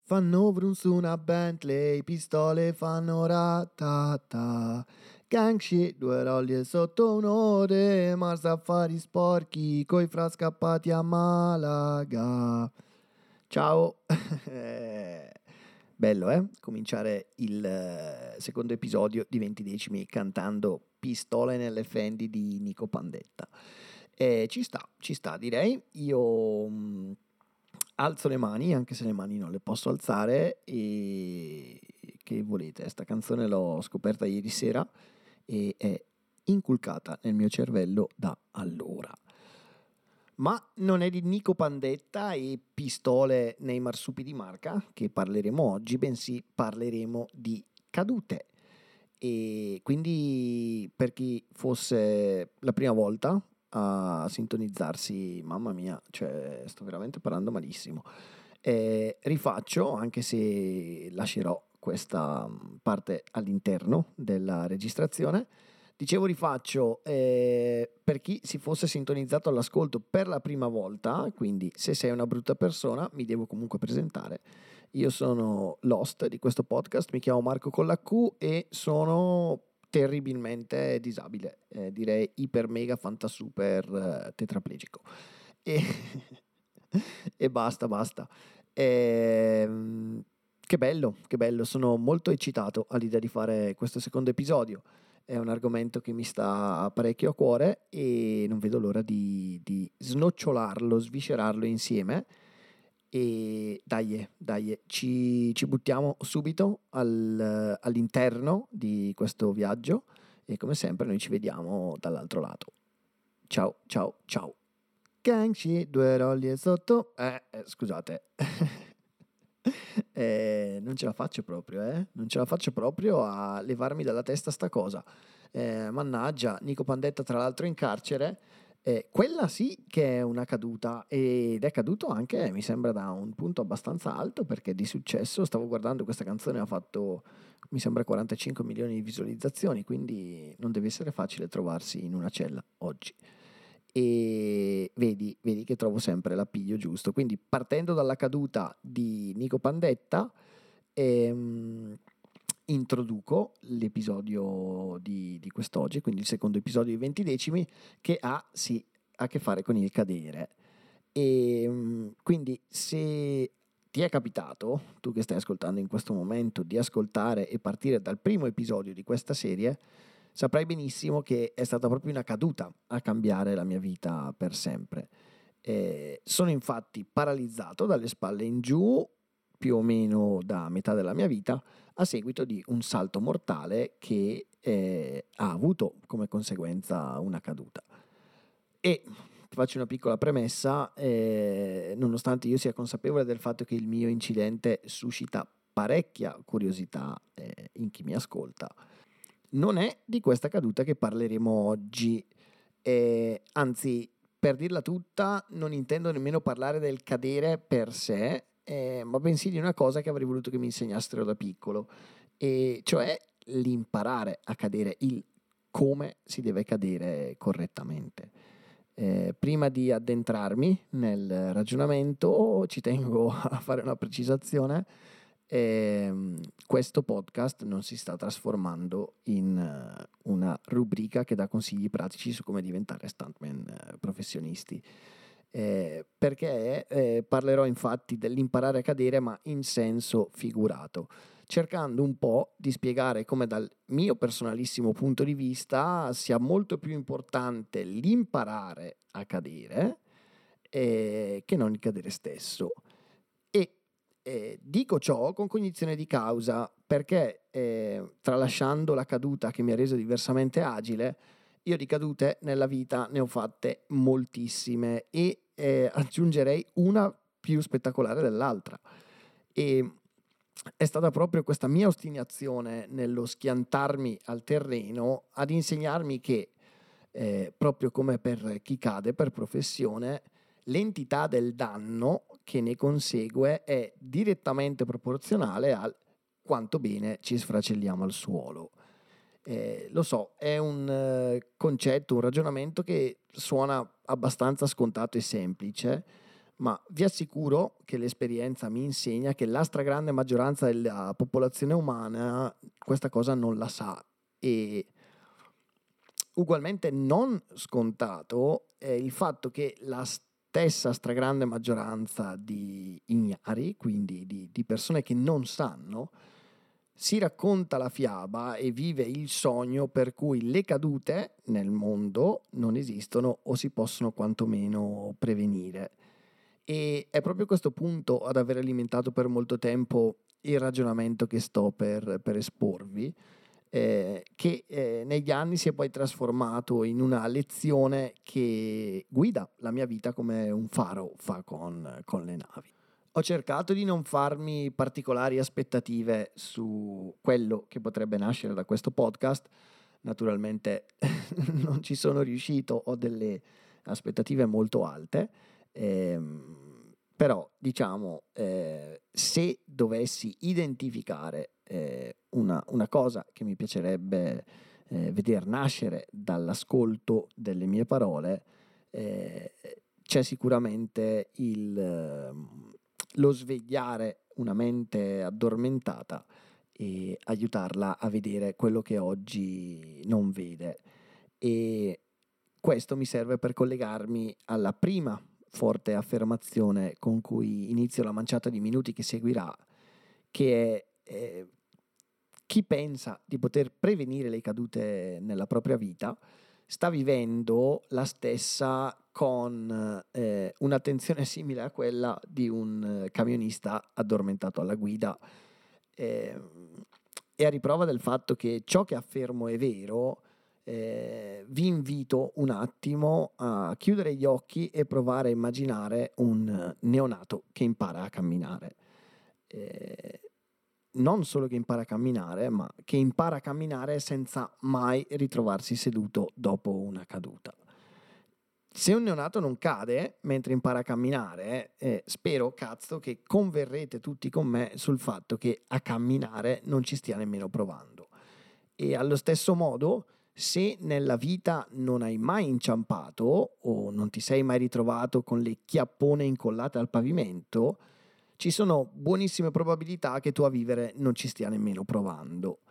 Fanno vroom su una Bentley, pistole fanno ratata. Gang shit, 2 rolli e sotto un'ore, Mars affari sporchi, coi fra scappati a Malaga. Ciao. Bello, cominciare il secondo episodio di 20 decimi cantando Pistole nelle Fendi di Nico Pandetta. Ci sta, direi. Io alzo le mani, anche se le mani non le posso alzare, e che volete, sta canzone l'ho scoperta ieri sera e è inculcata nel mio cervello da allora. Ma non è di Nico Pandetta e pistole nei marsupi di marca che parleremo oggi, bensì parleremo di cadute. E quindi per chi fosse la prima volta a sintonizzarsi, mamma mia, cioè sto veramente parlando malissimo. Rifaccio, anche se lascerò questa parte all'interno della registrazione. Dicevo rifaccio, per chi si fosse sintonizzato all'ascolto per la prima volta, quindi se sei una brutta persona mi devo comunque presentare. Io sono l'host di questo podcast, mi chiamo Marco con la Q e sono terribilmente disabile, direi iper mega fanta super tetraplegico. E, e basta. Che bello, sono molto eccitato all'idea di fare questo secondo episodio. È un argomento che mi sta parecchio a cuore e non vedo l'ora di snocciolarlo, sviscerarlo insieme. E dai, ci buttiamo subito all'interno di questo viaggio e come sempre noi ci vediamo dall'altro lato. Ciao. Gang shit, 2 rolli e sotto. Scusate. Non ce la faccio proprio, Non ce la faccio proprio a levarmi dalla testa sta cosa. Mannaggia, Nico Pandetta tra l'altro in carcere. Quella sì che è una caduta ed è caduto anche, mi sembra, da un punto abbastanza alto perché di successo. Stavo guardando questa canzone, ha fatto, mi sembra, 45 milioni di visualizzazioni, quindi non deve essere facile trovarsi in una cella oggi. E vedi che trovo sempre l'appiglio giusto. Quindi partendo dalla caduta di Nico Pandetta, introduco l'episodio di quest'oggi, quindi il secondo episodio di 20 decimi, che ha a che fare con il cadere. E quindi se ti è capitato, tu che stai ascoltando in questo momento, di ascoltare e partire dal primo episodio di questa serie, saprai benissimo che è stata proprio una caduta a cambiare la mia vita per sempre. Sono infatti paralizzato dalle spalle in giù più o meno da metà della mia vita a seguito di un salto mortale che ha avuto come conseguenza una caduta. E ti faccio una piccola premessa, nonostante io sia consapevole del fatto che il mio incidente suscita parecchia curiosità in chi mi ascolta, non è di questa caduta che parleremo oggi, anzi, per dirla tutta, non intendo nemmeno parlare del cadere per sé, ma bensì di una cosa che avrei voluto che mi insegnassero da piccolo, e cioè l'imparare a cadere, il come si deve cadere correttamente. Prima di addentrarmi nel ragionamento, ci tengo a fare una precisazione. Questo podcast non si sta trasformando in una rubrica che dà consigli pratici su come diventare stuntman professionisti, perché parlerò infatti dell'imparare a cadere, ma in senso figurato, cercando un po' di spiegare come dal mio personalissimo punto di vista sia molto più importante l'imparare a cadere che non il cadere stesso. Dico ciò con cognizione di causa perché, tralasciando la caduta che mi ha reso diversamente agile, io di cadute nella vita ne ho fatte moltissime e aggiungerei una più spettacolare dell'altra. E è stata proprio questa mia ostinazione nello schiantarmi al terreno ad insegnarmi che, proprio come per chi cade per professione, l'entità del danno che ne consegue è direttamente proporzionale al quanto bene ci sfracelliamo al suolo. Lo so, è un concetto, un ragionamento che suona abbastanza scontato e semplice, ma vi assicuro che l'esperienza mi insegna che la stragrande maggioranza della popolazione umana questa cosa non la sa. E ugualmente non scontato è il fatto che la stessa stragrande maggioranza di ignari, quindi di persone che non sanno, si racconta la fiaba e vive il sogno per cui le cadute nel mondo non esistono o si possono quantomeno prevenire. E è proprio questo punto ad aver alimentato per molto tempo il ragionamento che sto per esporvi, che negli anni si è poi trasformato in una lezione che guida la mia vita come un faro fa con le navi. Ho cercato di non farmi particolari aspettative su quello che potrebbe nascere da questo podcast. Naturalmente non ci sono riuscito, ho delle aspettative molto alte, però diciamo se dovessi identificare una cosa che mi piacerebbe veder nascere dall'ascolto delle mie parole, c'è sicuramente lo svegliare una mente addormentata e aiutarla a vedere quello che oggi non vede. E questo mi serve per collegarmi alla prima forte affermazione con cui inizio la manciata di minuti che seguirà, che è chi pensa di poter prevenire le cadute nella propria vita sta vivendo la stessa con un'attenzione simile a quella di un camionista addormentato alla guida. E a riprova del fatto che ciò che affermo è vero, vi invito un attimo a chiudere gli occhi e provare a immaginare un neonato che impara a camminare. Non solo che impara a camminare, ma che impara a camminare senza mai ritrovarsi seduto dopo una caduta. Se un neonato non cade mentre impara a camminare, spero, cazzo, che converrete tutti con me sul fatto che a camminare non ci stia nemmeno provando. E allo stesso modo, se nella vita non hai mai inciampato o non ti sei mai ritrovato con le chiappone incollate al pavimento, ci sono buonissime probabilità che tu a vivere non ci stia nemmeno provando.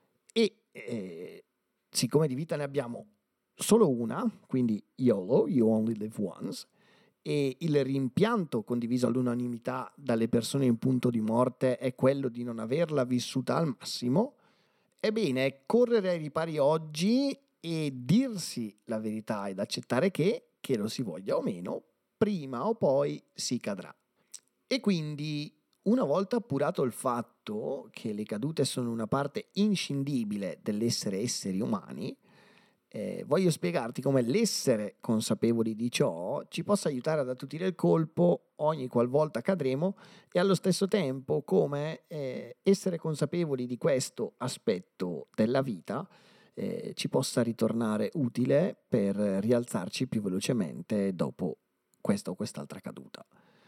E siccome di vita ne abbiamo solo una, quindi YOLO, you only live once, e il rimpianto condiviso all'unanimità dalle persone in punto di morte è quello di non averla vissuta al massimo, ebbene, correre ai ripari oggi e dirsi la verità ed accettare che lo si voglia o meno, prima o poi si cadrà. E quindi, una volta appurato il fatto che le cadute sono una parte inscindibile dell'essere esseri umani, voglio spiegarti come l'essere consapevoli di ciò ci possa aiutare ad attutire il colpo ogni qualvolta cadremo e allo stesso tempo come essere consapevoli di questo aspetto della vita ci possa ritornare utile per rialzarci più velocemente dopo questa o quest'altra caduta.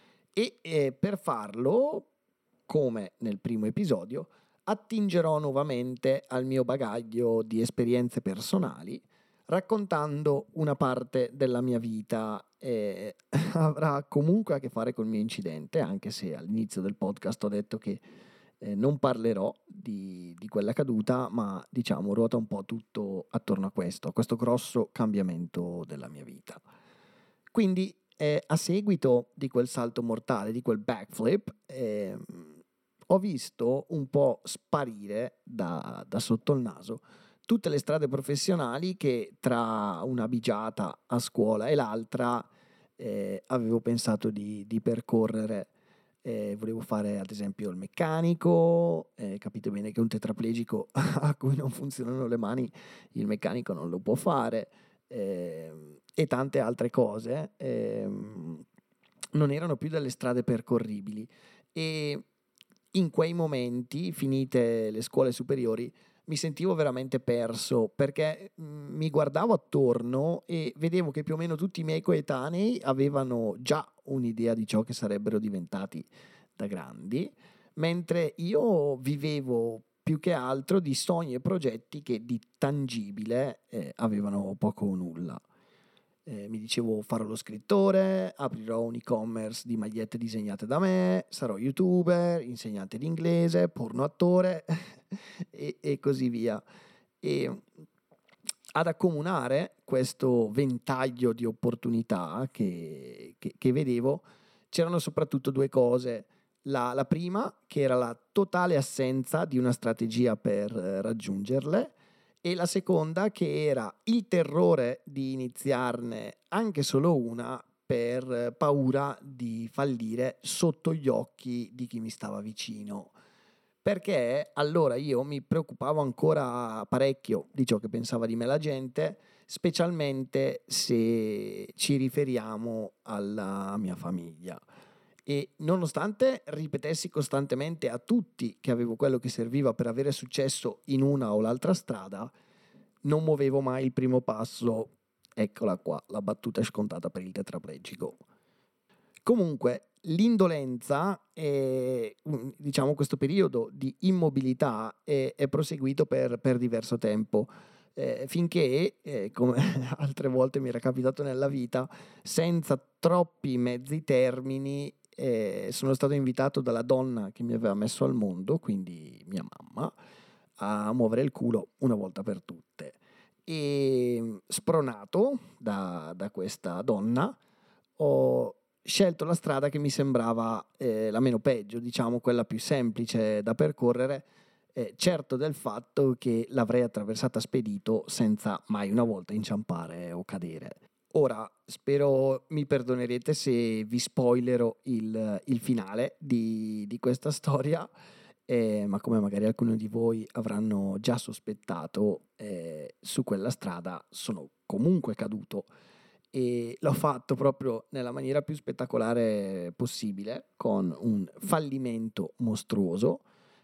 E per farlo, come nel primo episodio, attingerò nuovamente al mio bagaglio di esperienze personali, raccontando una parte della mia vita avrà comunque a che fare col mio incidente, anche se all'inizio del podcast ho detto che non parlerò di quella caduta, ma diciamo ruota un po' tutto attorno a questo grosso cambiamento della mia vita. Quindi a seguito di quel salto mortale, di quel backflip, ho visto un po' sparire da sotto il naso tutte le strade professionali che tra una bigiata a scuola e l'altra avevo pensato di percorrere. Volevo fare ad esempio il meccanico, capite bene che un tetraplegico a cui non funzionano le mani, il meccanico non lo può fare, e tante altre cose non erano più delle strade percorribili. E in quei momenti, finite le scuole superiori, mi sentivo veramente perso perché mi guardavo attorno e vedevo che più o meno tutti i miei coetanei avevano già un'idea di ciò che sarebbero diventati da grandi, mentre io vivevo più che altro di sogni e progetti che di tangibile avevano poco o nulla. Mi dicevo farò lo scrittore, aprirò un e-commerce di magliette disegnate da me, sarò youtuber, insegnante di inglese, porno attore e così via. E ad accomunare questo ventaglio di opportunità che vedevo c'erano soprattutto due cose. La prima, che era la totale assenza di una strategia per raggiungerle, e la seconda, che era il terrore di iniziarne anche solo una per paura di fallire sotto gli occhi di chi mi stava vicino. Perché allora io mi preoccupavo ancora parecchio di ciò che pensava di me la gente, specialmente se ci riferiamo alla mia famiglia. E nonostante ripetessi costantemente a tutti che avevo quello che serviva per avere successo in una o l'altra strada, non muovevo mai il primo passo. Eccola qua, la battuta è scontata per il tetraplegico. Comunque, l'indolenza, diciamo questo periodo di immobilità è proseguito per diverso tempo, finché, come altre volte mi era capitato nella vita, senza troppi mezzi termini, sono stato invitato dalla donna che mi aveva messo al mondo, quindi mia mamma, a muovere il culo una volta per tutte. E spronato da questa donna, ho scelto la strada che mi sembrava la meno peggio, diciamo quella più semplice da percorrere, certo del fatto che l'avrei attraversata spedito senza mai una volta inciampare o cadere. Ora, spero mi perdonerete se vi spoilerò il finale di questa storia, ma come magari alcuni di voi avranno già sospettato, su quella strada sono comunque caduto e l'ho fatto proprio nella maniera più spettacolare possibile, con un fallimento mostruoso,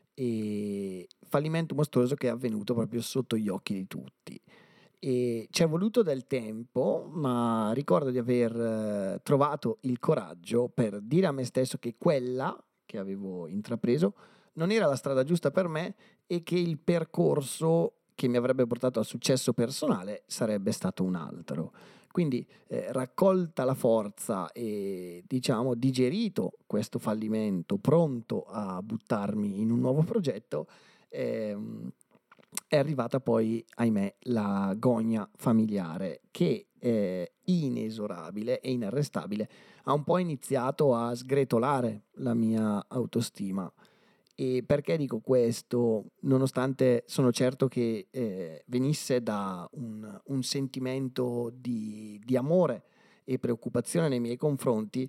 e fallimento mostruoso che è avvenuto proprio sotto gli occhi di tutti. E ci è voluto del tempo, ma ricordo di aver trovato il coraggio per dire a me stesso che quella che avevo intrapreso non era la strada giusta per me e che il percorso che mi avrebbe portato al successo personale sarebbe stato un altro. Quindi, raccolta la forza e diciamo digerito questo fallimento, pronto a buttarmi in un nuovo progetto, ehm, è arrivata poi, ahimè, la gogna familiare che, inesorabile e inarrestabile, ha un po' iniziato a sgretolare la mia autostima. E perché dico questo? Nonostante sono certo che venisse da un sentimento di amore e preoccupazione nei miei confronti,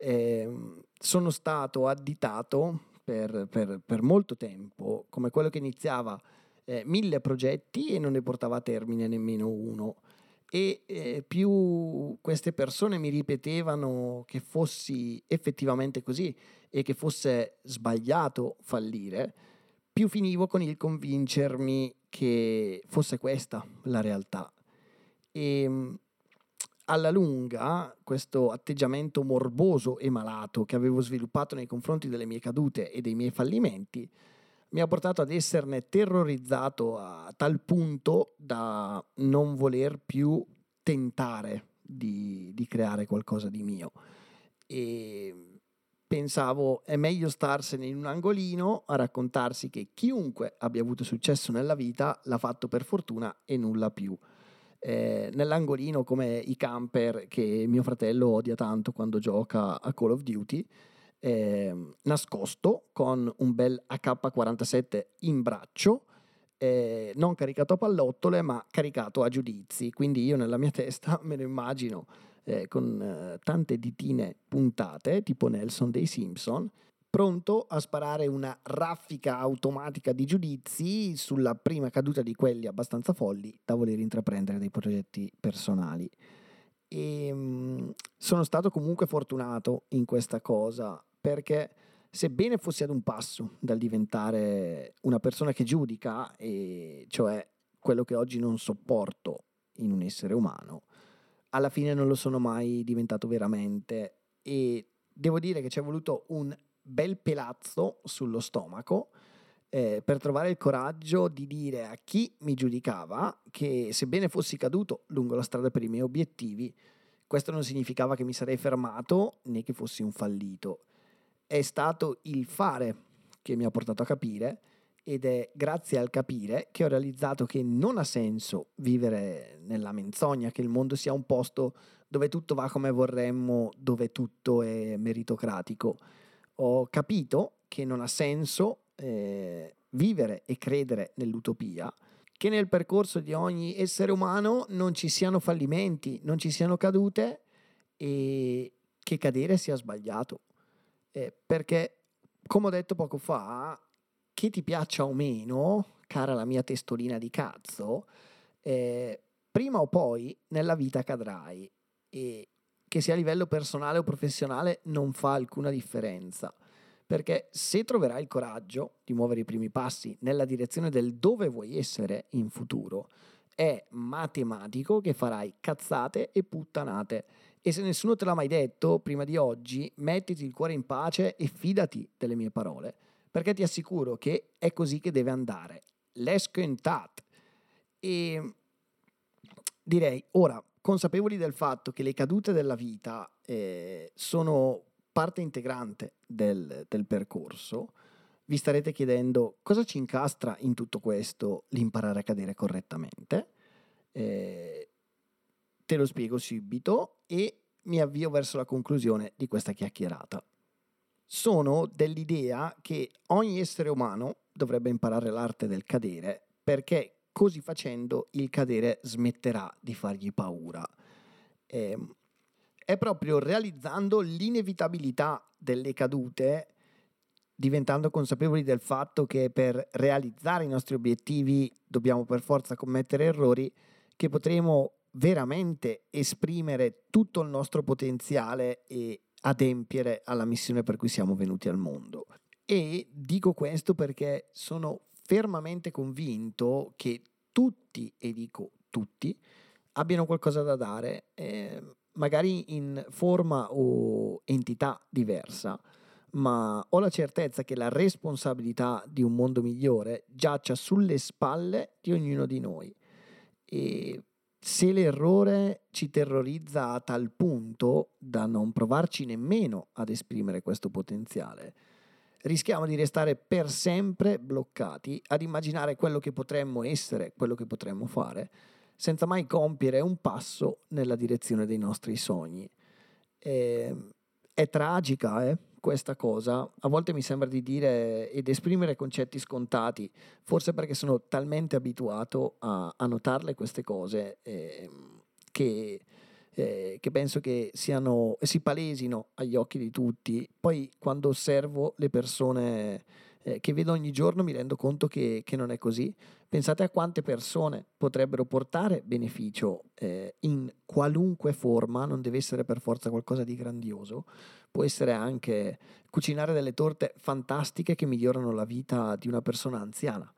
sono stato additato per molto tempo come quello che iniziava 1000 progetti e non ne portava a termine nemmeno uno. E più queste persone mi ripetevano che fossi effettivamente così e che fosse sbagliato fallire, più finivo con il convincermi che fosse questa la realtà. E alla lunga questo atteggiamento morboso e malato che avevo sviluppato nei confronti delle mie cadute e dei miei fallimenti mi ha portato ad esserne terrorizzato a tal punto da non voler più tentare di creare qualcosa di mio. E pensavo è meglio starsene in un angolino a raccontarsi che chiunque abbia avuto successo nella vita l'ha fatto per fortuna e nulla più. Nell'angolino come i camper che mio fratello odia tanto quando gioca a Call of Duty, nascosto con un bel AK-47 in braccio, non caricato a pallottole ma caricato a giudizi, quindi io nella mia testa me lo immagino con tante ditine puntate tipo Nelson dei Simpson, pronto a sparare una raffica automatica di giudizi sulla prima caduta di quelli abbastanza folli da voler intraprendere dei progetti personali. Sono stato comunque fortunato in questa cosa, perché sebbene fossi ad un passo dal diventare una persona che giudica, e cioè quello che oggi non sopporto in un essere umano, alla fine non lo sono mai diventato veramente, e devo dire che ci è voluto un bel pelazzo sullo stomaco per trovare il coraggio di dire a chi mi giudicava che sebbene fossi caduto lungo la strada per i miei obiettivi, questo non significava che mi sarei fermato né che fossi un fallito. È stato il fare che mi ha portato a capire, ed è grazie al capire che ho realizzato che non ha senso vivere nella menzogna, che il mondo sia un posto dove tutto va come vorremmo, dove tutto è meritocratico. Ho capito che non ha senso vivere e credere nell'utopia, che nel percorso di ogni essere umano non ci siano fallimenti, non ci siano cadute e che cadere sia sbagliato. Perché, come ho detto poco fa, che ti piaccia o meno, cara la mia testolina di cazzo, prima o poi nella vita cadrai, e che sia a livello personale o professionale non fa alcuna differenza, perché se troverai il coraggio di muovere i primi passi nella direzione del dove vuoi essere in futuro, è matematico che farai cazzate e puttanate. E se nessuno te l'ha mai detto prima di oggi, mettiti il cuore in pace e fidati delle mie parole, perché ti assicuro che è così che deve andare. L'esquentat. E direi, ora, consapevoli del fatto che le cadute della vita sono parte integrante del percorso, vi starete chiedendo cosa ci incastra in tutto questo l'imparare a cadere correttamente. Te lo spiego subito e mi avvio verso la conclusione di questa chiacchierata. Sono dell'idea che ogni essere umano dovrebbe imparare l'arte del cadere, perché così facendo il cadere smetterà di fargli paura. È proprio realizzando l'inevitabilità delle cadute, diventando consapevoli del fatto che per realizzare i nostri obiettivi dobbiamo per forza commettere errori, che potremo veramente esprimere tutto il nostro potenziale e adempiere alla missione per cui siamo venuti al mondo. E dico questo perché sono fermamente convinto che tutti, e dico tutti, abbiano qualcosa da dare, magari in forma o entità diversa, ma ho la certezza che la responsabilità di un mondo migliore giaccia sulle spalle di ognuno di noi. E se l'errore ci terrorizza a tal punto da non provarci nemmeno ad esprimere questo potenziale, rischiamo di restare per sempre bloccati ad immaginare quello che potremmo essere, quello che potremmo fare, senza mai compiere un passo nella direzione dei nostri sogni. È tragica, questa cosa. A volte mi sembra di dire ed esprimere concetti scontati, forse perché sono talmente abituato a notarle queste cose, che penso che si palesino agli occhi di tutti. Poi quando osservo le persone che vedo ogni giorno mi rendo conto che non è così. Pensate a quante persone potrebbero portare beneficio in qualunque forma, non deve essere per forza qualcosa di grandioso, può essere anche cucinare delle torte fantastiche che migliorano la vita di una persona anziana,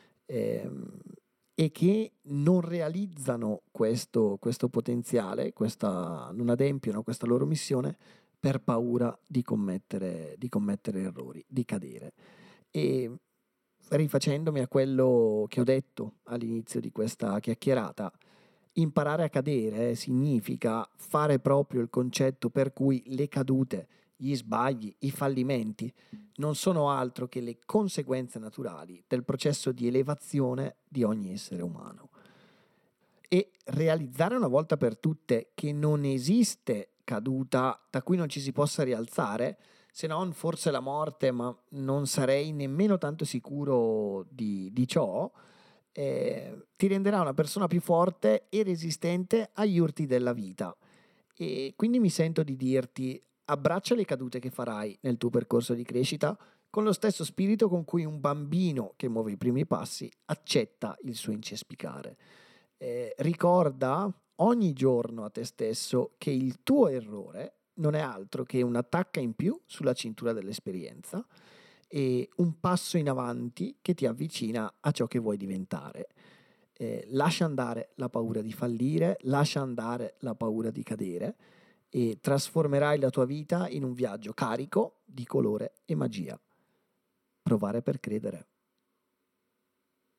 e che non realizzano questo potenziale, non adempiono questa loro missione per paura di commettere errori, di cadere. E rifacendomi a quello che ho detto all'inizio di questa chiacchierata, imparare a cadere significa fare proprio il concetto per cui le cadute, gli sbagli, i fallimenti non sono altro che le conseguenze naturali del processo di elevazione di ogni essere umano. E realizzare una volta per tutte che non esiste caduta da cui non ci si possa rialzare, se non forse la morte, ma non sarei nemmeno tanto sicuro di ciò, ti renderà una persona più forte e resistente agli urti della vita. E quindi mi sento di dirti: abbraccia le cadute che farai nel tuo percorso di crescita con lo stesso spirito con cui un bambino che muove i primi passi accetta il suo incespicare. Ricorda ogni giorno a te stesso che il tuo errore non è altro che una tacca in più sulla cintura dell'esperienza e un passo in avanti che ti avvicina a ciò che vuoi diventare. Lascia andare la paura di fallire, lascia andare la paura di cadere e trasformerai la tua vita in un viaggio carico di colore e magia. Provare per credere.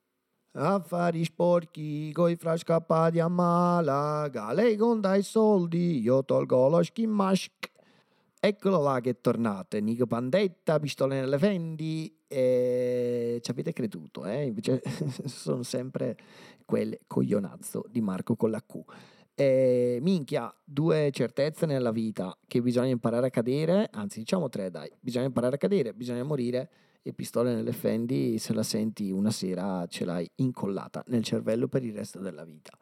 Affari sporchi, coi fra scappati a Malaga, lei conta i soldi, io tolgo lo schimask. Eccolo là che tornate, Nico Pandetta, pistole nelle fendi, e ci avete creduto, invece sono sempre quel coglionazzo di Marco con la Q. Minchia, due certezze nella vita, che bisogna imparare a cadere, anzi diciamo tre dai, bisogna imparare a cadere, bisogna morire, e pistole nelle fendi, se la senti una sera ce l'hai incollata nel cervello per il resto della vita.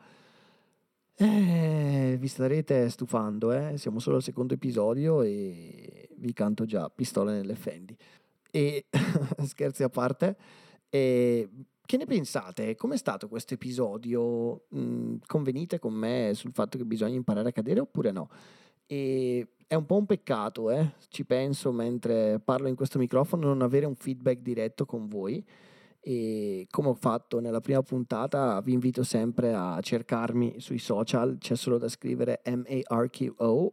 Vi starete stufando, siamo solo al secondo episodio e vi canto già pistole nelle fendi. E scherzi a parte, che ne pensate? Com'è stato questo episodio? Convenite con me sul fatto che bisogna imparare a cadere oppure no? E è un po' un peccato, ci penso mentre parlo in questo microfono, non avere un feedback diretto con voi. E come ho fatto nella prima puntata, vi invito sempre a cercarmi sui social, c'è solo da scrivere MARQO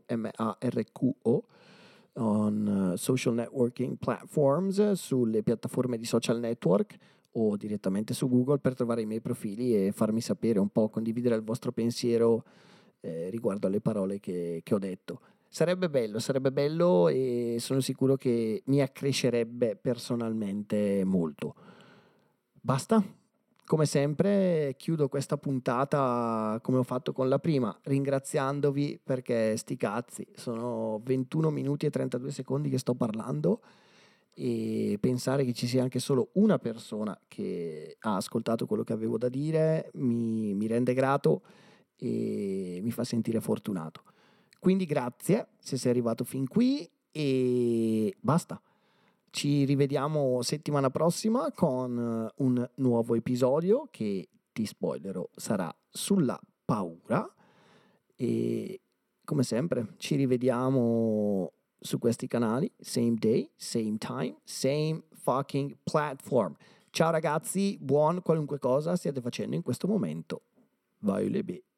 on social networking platforms, sulle piattaforme di social network o direttamente su Google per trovare i miei profili e farmi sapere un po', condividere il vostro pensiero riguardo alle parole che ho detto. Sarebbe bello e sono sicuro che mi accrescerebbe personalmente molto. Basta. Come sempre chiudo questa puntata come ho fatto con la prima, ringraziandovi perché sti cazzi, sono 21 minuti e 32 secondi che sto parlando e pensare che ci sia anche solo una persona che ha ascoltato quello che avevo da dire mi rende grato e mi fa sentire fortunato. Quindi grazie se sei arrivato fin qui e basta. Ci rivediamo settimana prossima con un nuovo episodio che, ti spoilerò, sarà sulla paura e come sempre ci rivediamo su questi canali, same day, same time, same fucking platform. Ciao ragazzi, buon qualunque cosa stiate facendo in questo momento. Vai le be.